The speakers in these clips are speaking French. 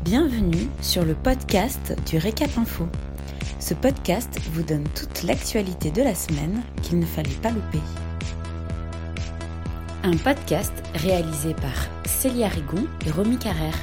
Bienvenue sur le podcast du Récap Info. Ce podcast vous donne toute l'actualité de la semaine qu'il ne fallait pas louper. Un podcast réalisé par Célia Rigon et Romy Carrère.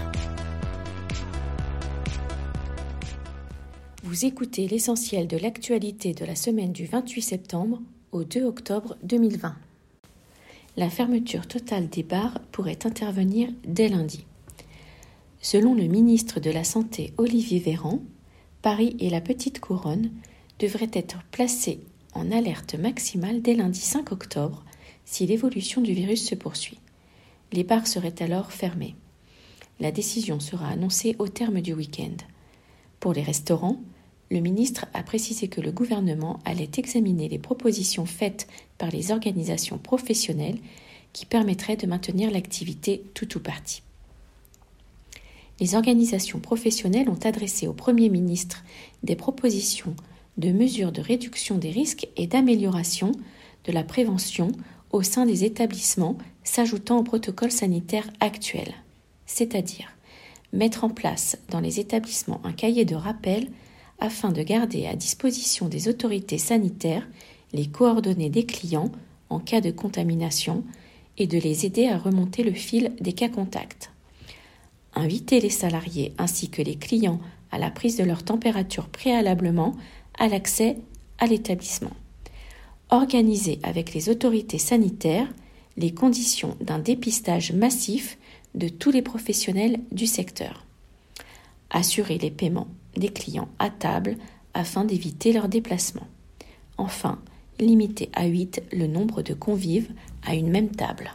Vous écoutez l'essentiel de l'actualité de la semaine du 28 septembre au 2 octobre 2020. La fermeture totale des bars pourrait intervenir dès lundi. Selon le ministre de la Santé Olivier Véran, Paris et la Petite Couronne devraient être placés en alerte maximale dès lundi 5 octobre si l'évolution du virus se poursuit. Les bars seraient alors fermés. La décision sera annoncée au terme du week-end. Pour les restaurants, le ministre a précisé que le gouvernement allait examiner les propositions faites par les organisations professionnelles qui permettraient de maintenir l'activité tout ou partie. Les organisations professionnelles ont adressé au Premier ministre des propositions de mesures de réduction des risques et d'amélioration de la prévention au sein des établissements s'ajoutant au protocole sanitaire actuel, c'est-à-dire mettre en place dans les établissements un cahier de rappel afin de garder à disposition des autorités sanitaires les coordonnées des clients en cas de contamination et de les aider à remonter le fil des cas contacts. Inviter les salariés ainsi que les clients à la prise de leur température préalablement à l'accès à l'établissement. Organiser avec les autorités sanitaires les conditions d'un dépistage massif de tous les professionnels du secteur. Assurer les paiements des clients à table afin d'éviter leur déplacement. Enfin, limiter à 8 le nombre de convives à une même table.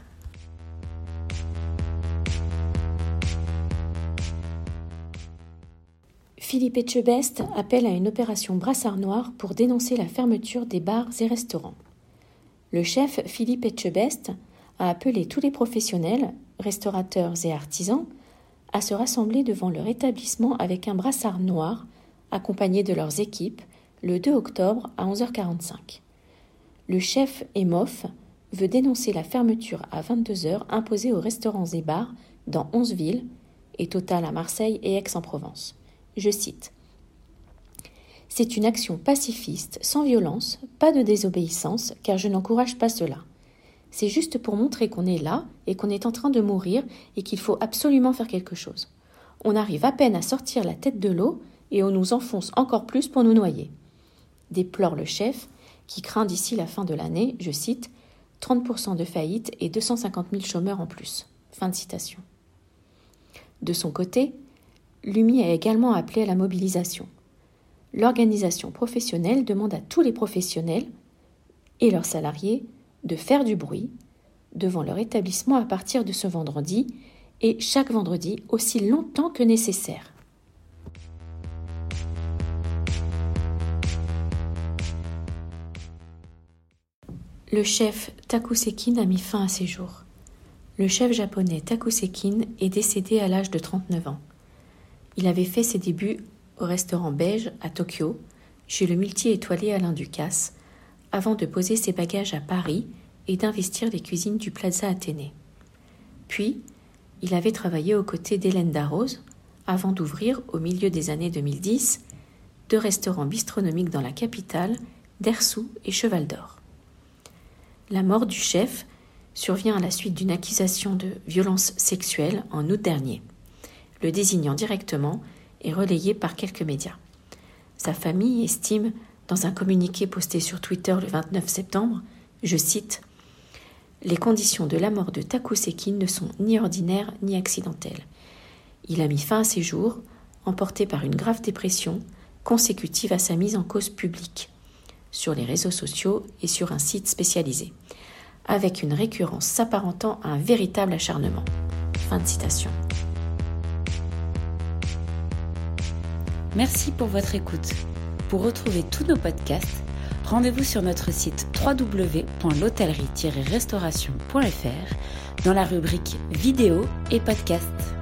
Philippe Etchebest appelle à une opération brassard noir pour dénoncer la fermeture des bars et restaurants. Le chef Philippe Etchebest a appelé tous les professionnels, restaurateurs et artisans, à se rassembler devant leur établissement avec un brassard noir, accompagné de leurs équipes, le 2 octobre à 11h45. Le chef EMOF veut dénoncer la fermeture à 22h imposée aux restaurants et bars dans 11 villes, et Total à Marseille et Aix-en-Provence. Je cite : « C'est une action pacifiste, sans violence, pas de désobéissance, car je n'encourage pas cela. C'est juste pour montrer qu'on est là et qu'on est en train de mourir et qu'il faut absolument faire quelque chose. On arrive à peine à sortir la tête de l'eau et on nous enfonce encore plus pour nous noyer. » Déplore le chef, qui craint d'ici la fin de l'année, je cite, 30% de faillites et 250 000 chômeurs en plus. Fin de citation. De son côté, l'UMI a également appelé à la mobilisation. L'organisation professionnelle demande à tous les professionnels et leurs salariés de faire du bruit devant leur établissement à partir de ce vendredi et chaque vendredi aussi longtemps que nécessaire. Le chef Taku Sekin a mis fin à ses jours. Le chef japonais Taku Sekin est décédé à l'âge de 39 ans. Il avait fait ses débuts au restaurant Beige à Tokyo, chez le multi-étoilé Alain Ducasse, avant de poser ses bagages à Paris et d'investir les cuisines du Plaza Athénée. Puis, il avait travaillé aux côtés d'Hélène Darroze, avant d'ouvrir, au milieu des années 2010, 2 restaurants bistronomiques dans la capitale, Dersou et Cheval d'Or. La mort du chef survient à la suite d'une accusation de violence sexuelle en août dernier, le désignant directement et relayé par quelques médias. Sa famille estime, dans un communiqué posté sur Twitter le 29 septembre, je cite, « Les conditions de la mort de Taku Sekin ne sont ni ordinaires ni accidentelles. Il a mis fin à ses jours, emporté par une grave dépression consécutive à sa mise en cause publique, sur les réseaux sociaux et sur un site spécialisé, avec une récurrence s'apparentant à un véritable acharnement. » Fin de citation. Merci pour votre écoute. Pour retrouver tous nos podcasts, rendez-vous sur notre site www.l'hôtellerie-restauration.fr dans la rubrique vidéo et podcasts.